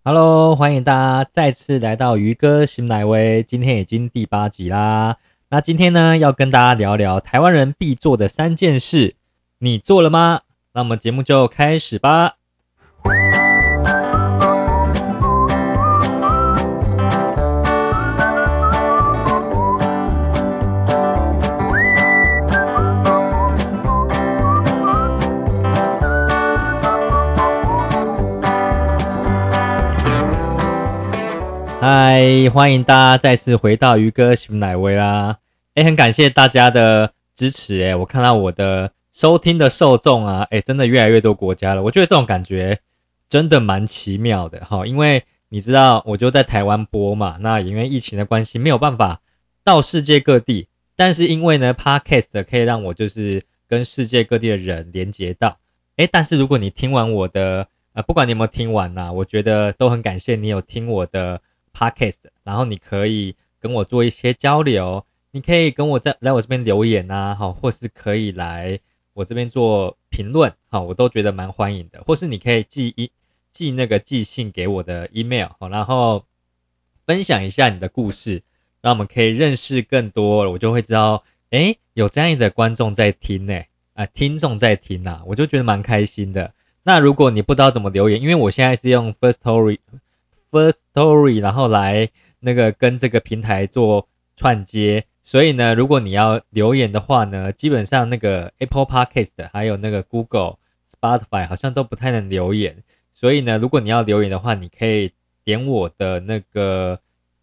Hello，欢迎大家再次来到鱼哥新来威，今天已经第8集啦。那今天呢，要跟大家聊聊台湾人必做的3件事，你做了吗？那我们节目就开始吧。嗨，欢迎大家再次回到鱼哥新来威啦。很感谢大家的支持我看到我的收听的受众啊，真的越来越多国家了。我觉得这种感觉真的蛮奇妙的齁，因为你知道我就在台湾播嘛，那因为疫情的关系没有办法到世界各地，但是因为呢 Podcast 可以让我就是跟世界各地的人连接到。但是如果你听完我的不管你有没有听完啊，我觉得都很感谢你有听我的 Podcast， 然后你可以跟我做一些交流，你可以跟我来我这边留言啊，或是可以来我这边做评论，我都觉得蛮欢迎的。或是你可以寄信给我的 email， 然后分享一下你的故事，让我们可以认识更多，我就会知道有这样的观众在听听众在听啊，我就觉得蛮开心的。那如果你不知道怎么留言，因为我现在是用 First Story 然后来那个跟这个平台做串接，所以呢，如果你要留言的话呢，基本上那个 Apple Podcast 还有那个 Google、Spotify 好像都不太能留言，所以呢，如果你要留言的话，你可以点我的那个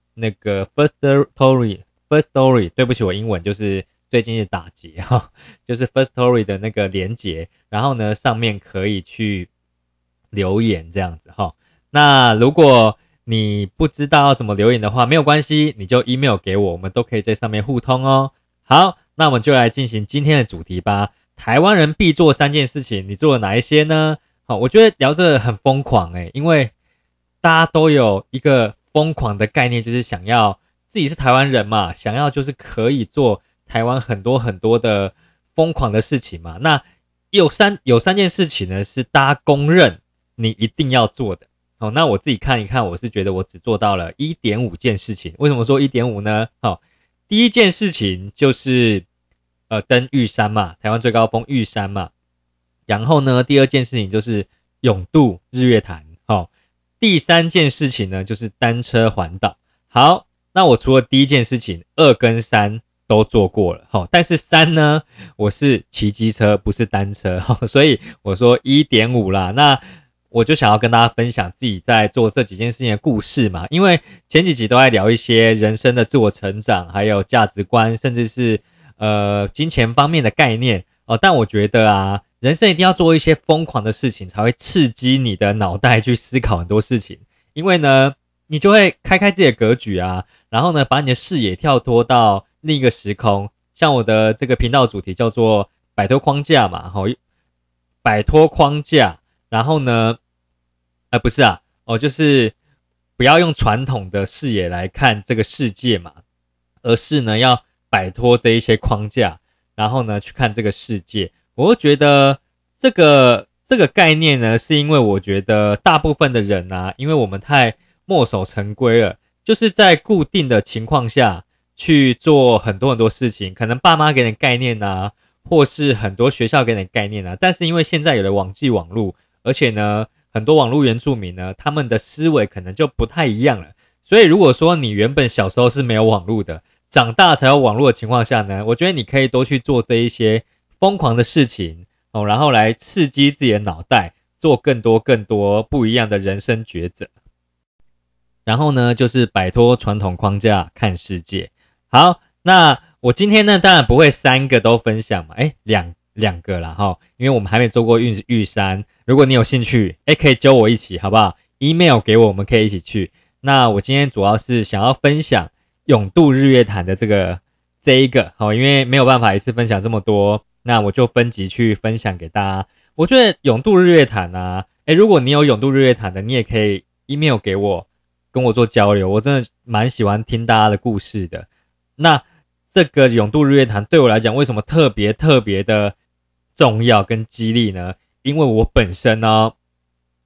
First Story， 对不起，我英文就是最近是打结就是 First Story 的那个连结，然后呢，上面可以去留言这样子那如果你不知道要怎么留言的话，没有关系，你就 email 给我，我们都可以在上面互通哦。好，那我们就来进行今天的主题吧。台湾人必做3件事情，你做了哪一些呢？我觉得聊这个很疯狂因为大家都有一个疯狂的概念，就是想要自己是台湾人嘛，想要就是可以做台湾很多很多的疯狂的事情嘛。那有三件事情呢，是大家公认你一定要做的。那我自己看一看，我是觉得我只做到了 1.5 件事情。为什么说 1.5 呢？第一件事情就是登玉山嘛，台湾最高峰玉山嘛。然后呢，第二件事情就是泳渡日月潭。第三件事情呢就是单车环岛。好，那我除了第一件事情2跟3都做过了但是3呢，我是骑机车不是单车所以我说 1.5 啦。那我就想要跟大家分享自己在做这几件事情的故事嘛，因为前几集都在聊一些人生的自我成长，还有价值观，甚至是金钱方面的概念但我觉得啊，人生一定要做一些疯狂的事情，才会刺激你的脑袋去思考很多事情。因为呢，你就会开自己的格局啊，然后呢，把你的视野跳脱到另一个时空。像我的这个频道主题叫做摆脱框架嘛，摆脱框架。然后呢，不是啊，就是不要用传统的视野来看这个世界嘛，而是呢要摆脱这一些框架，然后呢去看这个世界。我会觉得这个概念呢，是因为我觉得大部分的人啊，因为我们太墨守成规了，就是在固定的情况下去做很多很多事情，可能爸妈给你概念啊，或是很多学校给你概念啊，但是因为现在有了网际网路，而且呢很多网络原住民呢，他们的思维可能就不太一样了。所以如果说你原本小时候是没有网络的，长大才有网络的情况下呢，我觉得你可以多去做这一些疯狂的事情然后来刺激自己的脑袋，做更多不一样的人生抉择。然后呢，就是摆脱传统框架看世界。好，那我今天呢，当然不会3个都分享嘛，两个啦因为我们还没做过玉山。如果你有兴趣，可以揪我一起，好不好 ？email 给我们可以一起去。那我今天主要是想要分享泳渡日月潭的这一个因为没有办法一次分享这么多，那我就分集去分享给大家。我觉得泳渡日月潭啊，如果你有泳渡日月潭的，你也可以 email 给我，跟我做交流。我真的蛮喜欢听大家的故事的。那这个泳渡日月潭对我来讲，为什么特别的重要跟激励呢？因为我本身呢，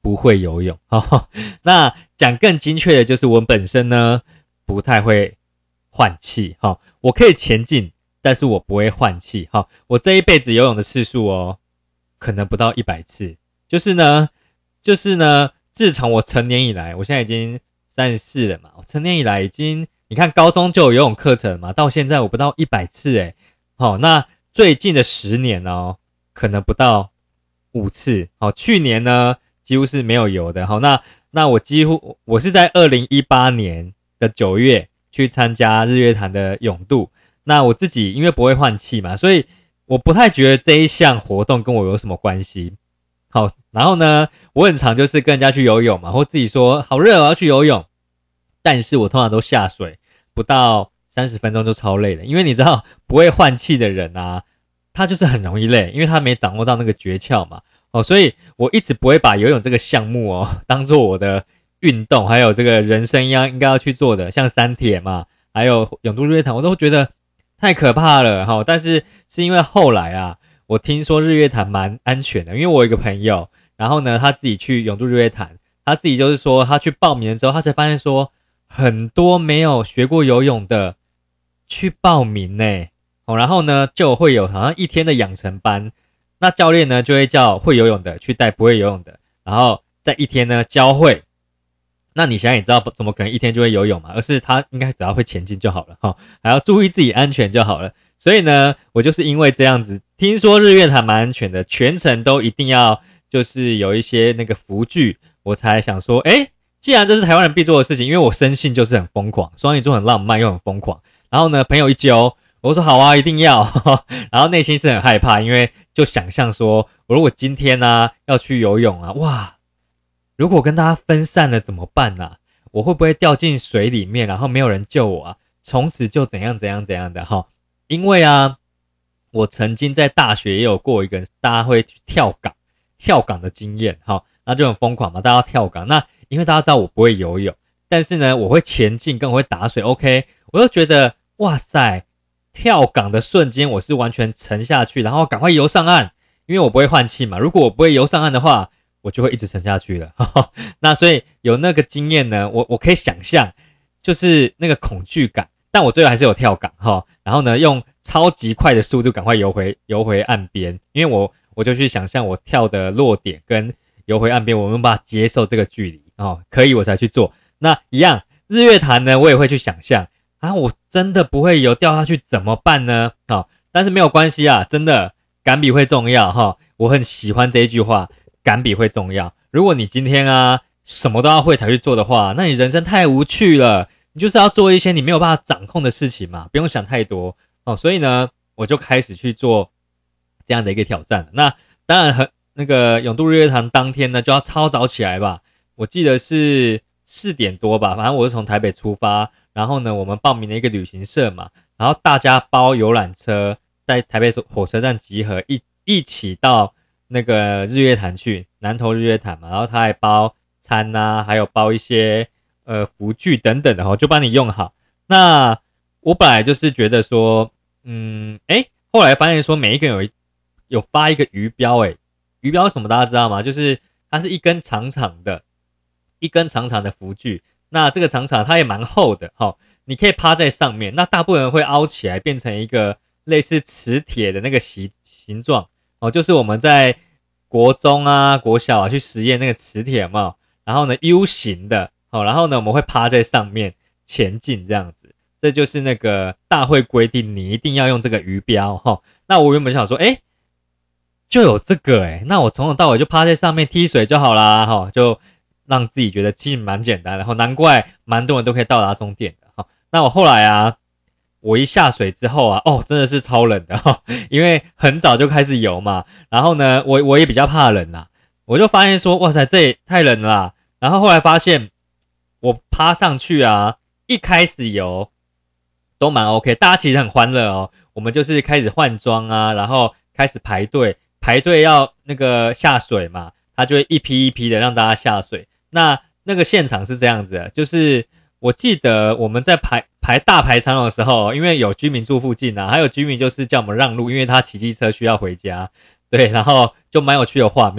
不会游泳。那讲更精确的就是我本身呢不太会换气。我可以前进，但是我不会换气。我这一辈子游泳的次数可能不到100次。就是呢，自从我成年以来，我现在已经34了嘛，我成年以来已经，你看高中就有游泳课程嘛，到现在我不到100次诶。那最近的10年可能不到5次。去年呢几乎是没有游的。那我是在2018年的9月去参加日月潭的泳渡。那我自己因为不会换气嘛，所以我不太觉得这一项活动跟我有什么关系。然后呢，我很常就是跟人家去游泳嘛，或自己说好热我要去游泳，但是我通常都下水不到30分钟就超累的。因为你知道不会换气的人啊，他就是很容易累，因为他没掌握到那个诀窍嘛。所以我一直不会把游泳这个项目当做我的运动，还有这个人生应该要去做的，像三铁嘛，还有泳渡日月潭，我都觉得太可怕了。但是是因为后来啊，我听说日月潭蛮安全的，因为我有一个朋友，然后呢他自己去泳渡日月潭，他自己就是说他去报名的时候，他才发现说很多没有学过游泳的去报名呢。然后呢就会有好像1天的养成班，那教练呢就会叫会游泳的去带不会游泳的，然后在1天呢教会。那你想想也知道怎么可能1天就会游泳嘛，而是他应该只要会前进就好了还要注意自己安全就好了。所以呢我就是因为这样子，听说日月潭蛮安全的，全程都一定要就是有一些那个浮具，我才想说既然这是台湾人必做的事情，因为我生性就是很疯狂，双鱼座很浪漫又很疯狂，然后呢朋友一揪我说好啊一定要然后内心是很害怕，因为就想象说我如果今天要去游泳哇，如果跟大家分散了怎么办啊？我会不会掉进水里面，然后没有人救我啊？从此就怎样怎样怎样的因为我曾经在大学也有过一个大家会去跳港的经验那就很疯狂嘛，大家要跳港。那因为大家知道我不会游泳，但是呢我会前进跟我会打水 OK， 我就觉得哇塞，跳港的瞬间我是完全沉下去，然后赶快游上岸，因为我不会换气嘛，如果我不会游上岸的话我就会一直沉下去了那所以有那个经验呢，我可以想象就是那个恐惧感，但我最后还是有跳港然后呢用超级快的速度赶快游回岸边，因为我就去想象我跳的落点跟游回岸边，我没有办法接受这个距离可以我才去做。那一样日月潭呢我也会去想象我真的不会游掉下去怎么办呢但是没有关系真的敢比会重要我很喜欢这一句话，敢比会重要。如果你今天什么都要会才去做的话，那你人生太无趣了，你就是要做一些你没有办法掌控的事情嘛，不用想太多所以呢我就开始去做这样的一个挑战。那当然那个泳渡日月潭当天呢就要超早起来吧，我记得是4点多吧，反正我是从台北出发，然后呢我们报名了一个旅行社嘛，然后大家包游览车在台北火车站集合，一起到那个日月潭去，南投日月潭嘛，然后他还包餐还有包一些浮具等等的就帮你用好。那我本来就是觉得说后来发现说每一个人有发一个鱼标鱼标是什么大家知道吗？就是它是一根长长的浮具，那这个长长它也蛮厚的你可以趴在上面，那大部分人会凹起来变成一个类似磁铁的那个形状就是我们在国中国小去实验那个磁铁嘛，然后呢 U 型的然后呢我们会趴在上面前进这样子，这就是那个大会规定你一定要用这个鱼标那我原本想说就有这个那我从头到尾就趴在上面踢水就好啦就让自己觉得其实蛮简单的难怪蛮多人都可以到达终点的那我后来我一下水之后真的是超冷的因为很早就开始游嘛，然后呢我也比较怕冷我就发现说哇塞这也太冷了然后后来发现我趴上去一开始游都蛮 OK， 大家其实很欢乐我们就是开始换装然后开始排队要那个下水嘛，他就会一批一批的让大家下水。那个现场是这样子的，就是我记得我们在大排长龙的时候，因为有居民住附近还有居民就是叫我们让路，因为他骑机车需要回家，对，然后就蛮有趣的画面。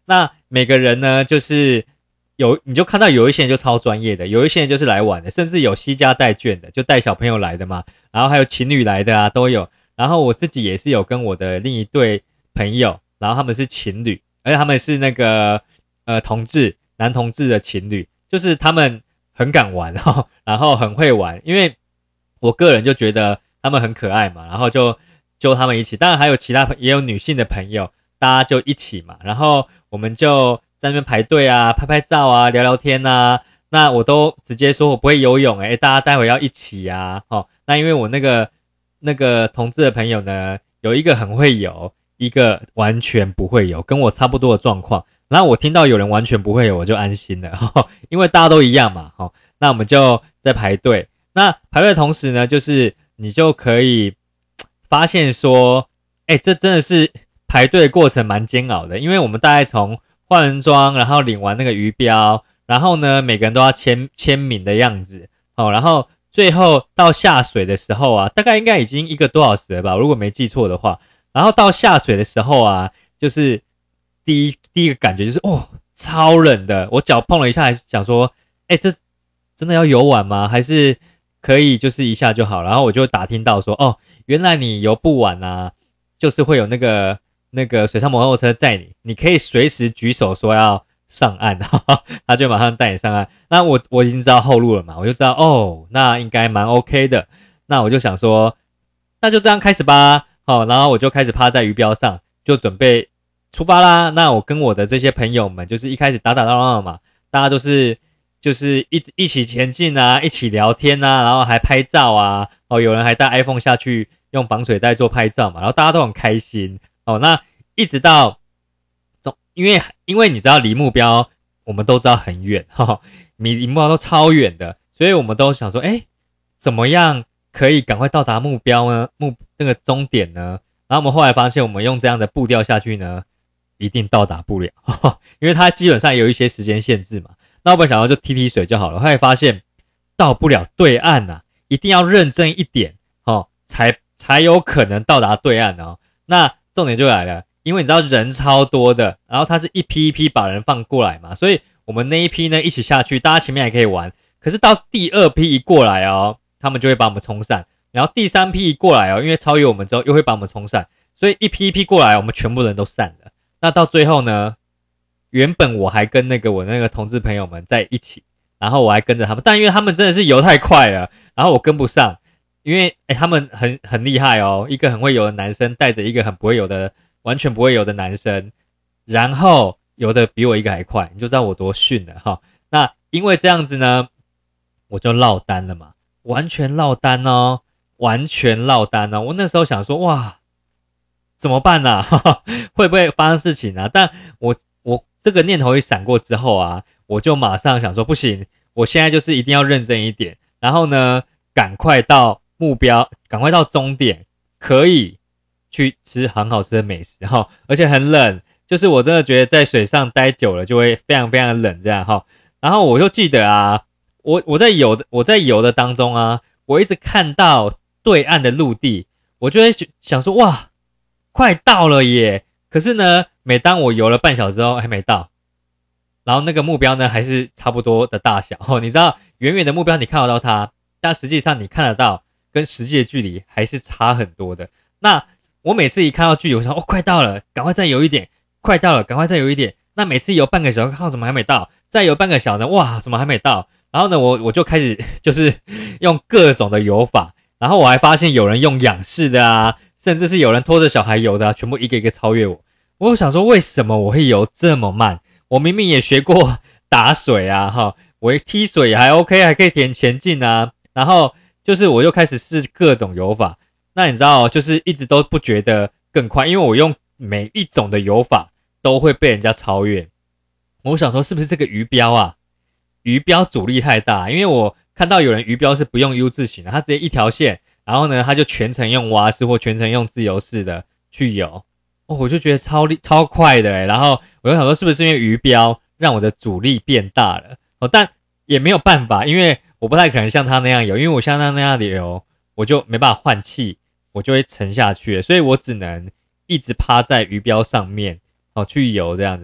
那每个人呢，就是你就看到有一些人就超专业的，有一些人就是来玩的，甚至有惜家带眷的，就带小朋友来的嘛，然后还有情侣来的啊，都有。然后我自己也是有跟我的另一对朋友，然后他们是情侣，而且他们是那个男同志的情侣，就是他们很敢玩然后很会玩，因为我个人就觉得他们很可爱嘛，然后就他们一起，当然还有也有女性的朋友，大家就一起嘛，然后我们就在那边排队啊，拍拍照啊，聊聊天啊。那我都直接说我不会游泳大家待会要一起啊。那因为我那个同志的朋友呢，有一个很会游，一个完全不会游，跟我差不多的状况。然后我听到有人完全不会游，我就安心了，因为大家都一样嘛。那我们就在排队。那排队的同时呢，就是你就可以发现说，这真的是排队的过程蛮煎熬的，因为我们大概从化完妆，然后领完那个鱼标，然后呢，每个人都要签名的样子，然后最后到下水的时候啊，大概应该已经1个多小时了吧，如果没记错的话。然后到下水的时候啊，就是第一个感觉就是超冷的，我脚碰了一下，还是想说，这真的要游玩吗？还是可以就是一下就好？然后我就打听到说，原来你游不完啊，就是会有那个水上摩托车载你，你可以随时举手说要上岸，他就马上带你上岸。那我已经知道后路了嘛，我就知道那应该蛮 OK 的。那我就想说，那就这样开始吧。然后我就开始趴在鱼标上，就准备出发啦。那我跟我的这些朋友们，就是一开始打打闹闹嘛，大家都是就是一起前进啊，一起聊天啊，然后还拍照啊。有人还带 iPhone 下去用防水袋做拍照嘛，然后大家都很开心。那一直到因为你知道离目标我们都知道很远离目标都超远的，所以我们都想说，怎么样可以赶快到达目标呢？那个终点呢？然后我们后来发现，我们用这样的步调下去呢，一定到达不了，因为它基本上有一些时间限制嘛。那我本想要就踢水就好了，后来发现到不了对岸啊，一定要认真一点才有可能到达对岸哦。那重点就来了，因为你知道人超多的，然后他是一批一批把人放过来嘛，所以我们那一批呢一起下去，大家前面还可以玩，可是到第2批一过来他们就会把我们冲散，然后第3批一过来因为超越我们之后又会把我们冲散，所以一批一批过来，我们全部人都散了。那到最后呢，原本我还跟我那个同志朋友们在一起，然后我还跟着他们，但因为他们真的是游太快了，然后我跟不上，因为他们很厉害一个很会游的男生带着一个完全不会游的男生，然后游的比我一个还快，你就知道我多逊了那因为这样子呢，我就落单了嘛，完全落单完全落单我那时候想说，哇，怎么办啊会不会发生事情啊？但我这个念头一闪过之后啊，我就马上想说，不行，我现在就是一定要认真一点，然后呢，赶快到目标，赶快到终点，可以去吃很好吃的美食而且很冷，就是我真的觉得在水上待久了就会非常非常的冷这样然后我就记得啊，我在游的当中啊，我一直看到对岸的陆地，我就会想说，哇，快到了耶！可是呢，每当我游了半小时之后还没到，然后那个目标呢还是差不多的大小你知道远远的目标你看得到它，但实际上你看得到跟实际的距离还是差很多的。那我每次一看到距离，我想快到了，赶快再游一点，快到了，赶快再游一点。那每次游半个小时，看到怎么还没到，再游半个小时，哇，怎么还没到？然后呢，我就开始就是用各种的游法，然后我还发现有人用仰视的啊，甚至是有人拖着小孩游的全部一个一个超越我。我想说，为什么我会游这么慢？我明明也学过打水啊我踢水还 OK， 还可以前进啊。然后就是我又开始试各种游法，那你知道就是一直都不觉得更快，因为我用每一种的游法都会被人家超越。我想说是不是这个鱼标啊？鱼标阻力太大，因为我看到有人鱼标是不用 U 字形的，他直接一条线，然后呢他就全程用蛙式或全程用自由式的去游。我就觉得超快的然后我就想说是不是因为鱼标让我的阻力变大了但也没有办法，因为我不太可能像他那样游，因为我像他那样的游，我就没办法换气，我就会沉下去了，所以我只能一直趴在鱼标上面去游这样子。那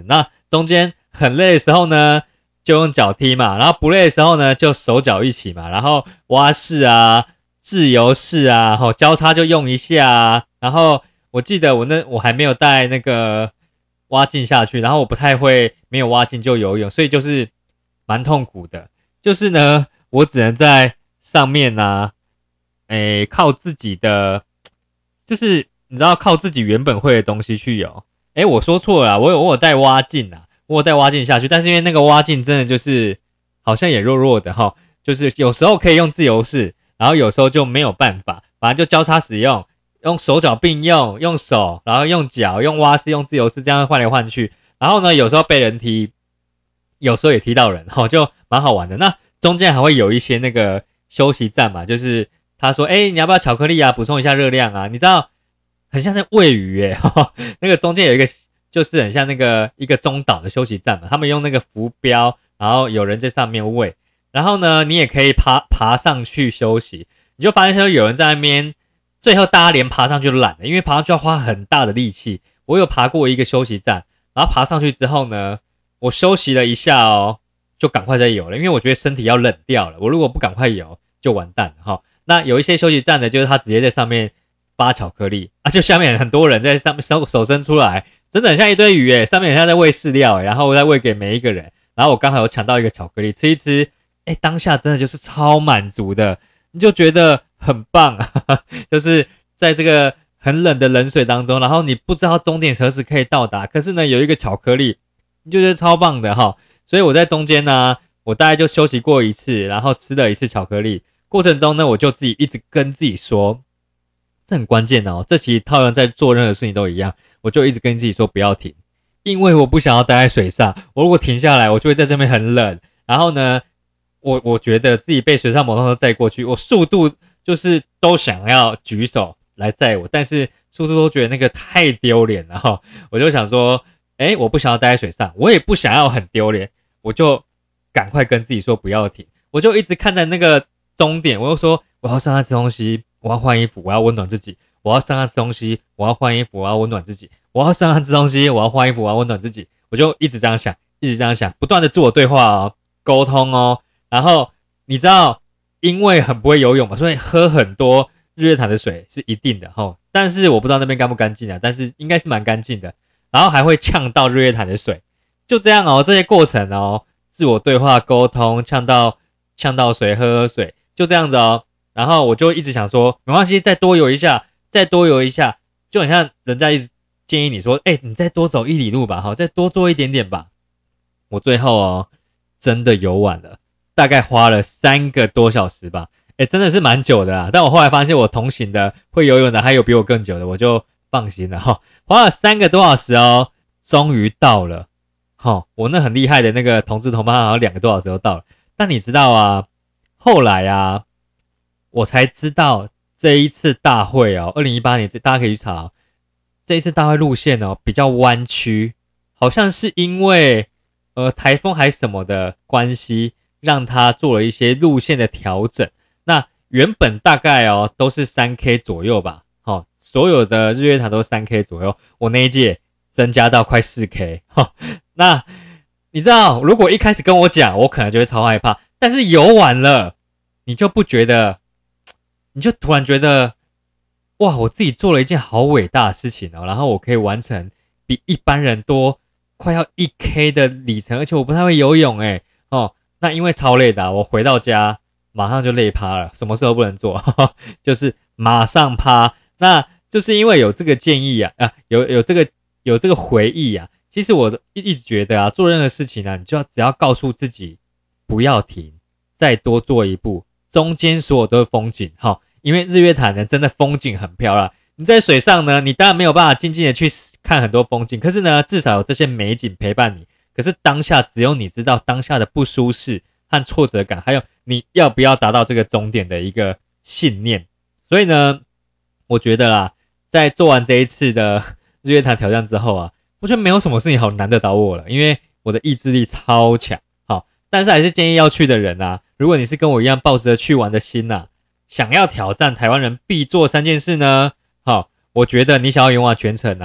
中间很累的时候呢，就用脚踢嘛，然后不累的时候呢，就手脚一起嘛，然后蛙式啊、自由式啊，交叉就用一下啊。然后我记得我还没有带那个蛙镜下去，然后我不太会没有蛙镜就游泳，所以就是蛮痛苦的。就是呢，我只能在上面啊，靠自己的，就是你知道靠自己原本会的东西去游。我说错了啦，我有带蛙镜啊，我有带蛙镜下去，但是因为那个蛙镜真的就是好像也弱弱的齁，就是有时候可以用自由式，然后有时候就没有办法，反正就交叉使用，用手脚并用，用手，然后用脚，用蛙式，用自由式，这样换来换去。然后呢，有时候被人踢，有时候也踢到人，就蛮好玩的。那中间还会有一些那个休息站嘛，就是他说，你要不要巧克力啊，补充一下热量啊？你知道，很像在喂鱼耶，那个中间有一个，就是很像那个一个中岛的休息站嘛，他们用那个浮标，然后有人在上面喂，然后呢，你也可以爬上去休息，你就发现说有人在那边，最后大家连爬上去都懒了，因为爬上去要花很大的力气。我有爬过一个休息站，然后爬上去之后呢，我休息了一下哦，就赶快再游了，因为我觉得身体要冷掉了，我如果不赶快游就完蛋了齁。那有一些休息站呢，就是他直接在上面发巧克力啊，就下面很多人在上面手伸出来，真的很像一堆鱼上面很像在喂饲料然后再喂给每一个人，然后我刚好有抢到一个巧克力，吃一吃，当下真的就是超满足的，你就觉得很棒啊，就是在这个很冷的冷水当中，然后你不知道终点何时可以到达，可是呢有一个巧克力，你就觉得超棒的齁。所以我在中间呢，我大概就休息过一次，然后吃了一次巧克力，过程中呢，我就自己一直跟自己说，这很关键哦，这其实套用在做任何事情都一样，我就一直跟自己说不要停，因为我不想要待在水上，我如果停下来，我就会在这边很冷，然后呢，我觉得自己被水上摩托车载过去，我速度就是都想要举手来载我，但是速度都觉得那个太丢脸了齁，我就想说，我不想要待在水上，我也不想要很丢脸，我就赶快跟自己说不要停，我就一直看在那个终点，我就说我要上岸吃东西，我要换衣服，我要温暖自己，我要上岸吃东西，我要换衣服，我要温暖自己，我要上岸吃东西，我要换衣服，我要温暖自己，我就一直这样想，一直这样想，不断的自我对话哦，沟通哦，然后你知道，因为很不会游泳嘛，所以喝很多日月潭的水是一定的齁，但是我不知道那边干不干净啊，但是应该是蛮干净的，然后还会呛到日月潭的水，就这样哦，这些过程哦，自我对话沟通，呛到水，喝水，就这样子哦。然后我就一直想说，没关系，再多游一下，再多游一下，就很像人家一直建议你说，你再多走1里路吧，好，再多做一点点吧。我最后哦，真的游完了，大概花了3个多小时吧，真的是蛮久的啦。但我后来发现我同行的会游泳的还有比我更久的，我就放心了哈。花了3个多小时哦，终于到了。我那很厉害的那个同志同伴好像2个多小时就到了。但你知道啊，后来啊，我才知道这一次大会哦，2018年大家可以去查哦，这一次大会路线哦比较弯曲，好像是因为台风还什么的关系，让他做了一些路线的调整。那原本大概哦都是3K 左右吧，所有的日月潭都是3K 左右，我那一届增加到快4K。那你知道，如果一开始跟我讲，我可能就会超害怕，但是游完了，你就不觉得，你就突然觉得，哇，我自己做了一件好伟大的事情哦，然后我可以完成比一般人多快要1K 的里程，而且我不太会游泳那因为超累的我回到家马上就累趴了，什么事都不能做，就是马上趴。那就是因为有这个建议有这个回忆其实我一直觉得做任何事情你就只要告诉自己不要停，再多做一步，中间所有都是风景因为日月潭呢真的风景很漂亮，你在水上呢，你当然没有办法静静的去看很多风景，可是呢，至少有这些美景陪伴你。可是当下只有你知道当下的不舒适和挫折感，还有你要不要达到这个终点的一个信念。所以呢，我觉得啦，在做完这一次的日月潭挑战之后我觉得没有什么事情好难得倒我了，因为我的意志力超强。但是还是建议要去的人如果你是跟我一样抱着去玩的心想要挑战台湾人必做3件事呢，我觉得你想要勇往全程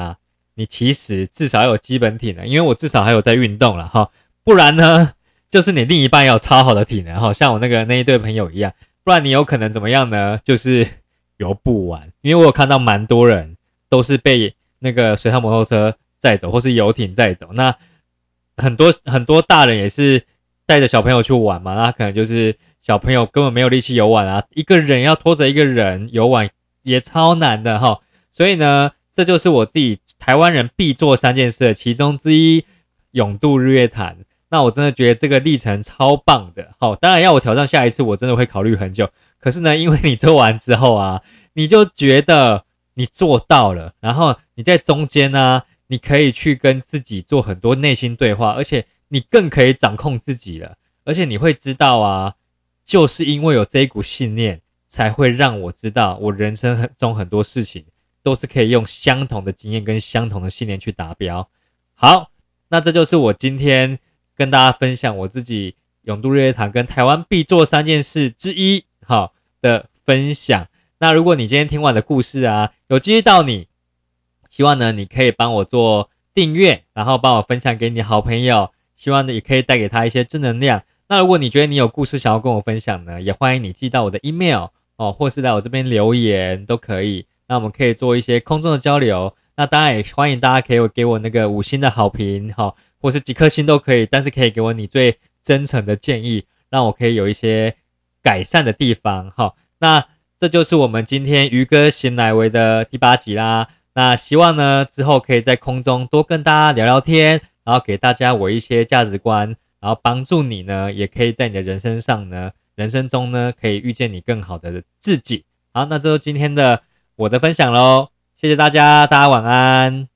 你其实至少要有基本体能，因为我至少还有在运动啦齁，不然呢，就是你另一半要有超好的体能齁，像我那一对朋友一样，不然你有可能怎么样呢？就是游不完，因为我有看到蛮多人都是被那个水上摩托车载走，或是游艇载走，那很多大人也是带着小朋友去玩嘛，那可能就是小朋友根本没有力气游玩啊，一个人要拖着一个人游玩也超难的齁，所以呢，这就是我自己台湾人必做3件事的其中之一，泳渡日月潭。那我真的觉得这个历程超棒的，好，当然要我挑战下一次，我真的会考虑很久。可是呢，因为你做完之后啊，你就觉得你做到了，然后你在中间呢，你可以去跟自己做很多内心对话，而且你更可以掌控自己了，而且你会知道啊，就是因为有这一股信念，才会让我知道我人生中很多事情都是可以用相同的经验跟相同的信念去达标。好，那这就是我今天跟大家分享我自己泳渡日月潭跟台湾必做3件事之一好的分享。那如果你今天听完的故事啊有激励到你，希望呢你可以帮我做订阅，然后帮我分享给你好朋友，希望呢也可以带给他一些正能量。那如果你觉得你有故事想要跟我分享呢，也欢迎你寄到我的 email 或是来我这边留言都可以，那我们可以做一些空中的交流。那当然也欢迎大家可以给我那个5星的好评或是几颗星都可以，但是可以给我你最真诚的建议，让我可以有一些改善的地方那这就是我们今天鱼哥醒来为的第8集啦。那希望呢之后可以在空中多跟大家聊聊天，然后给大家我一些价值观，然后帮助你呢也可以在你的人生中呢可以遇见你更好的自己。好，那这就是今天的我的分享咯，谢谢大家，大家晚安。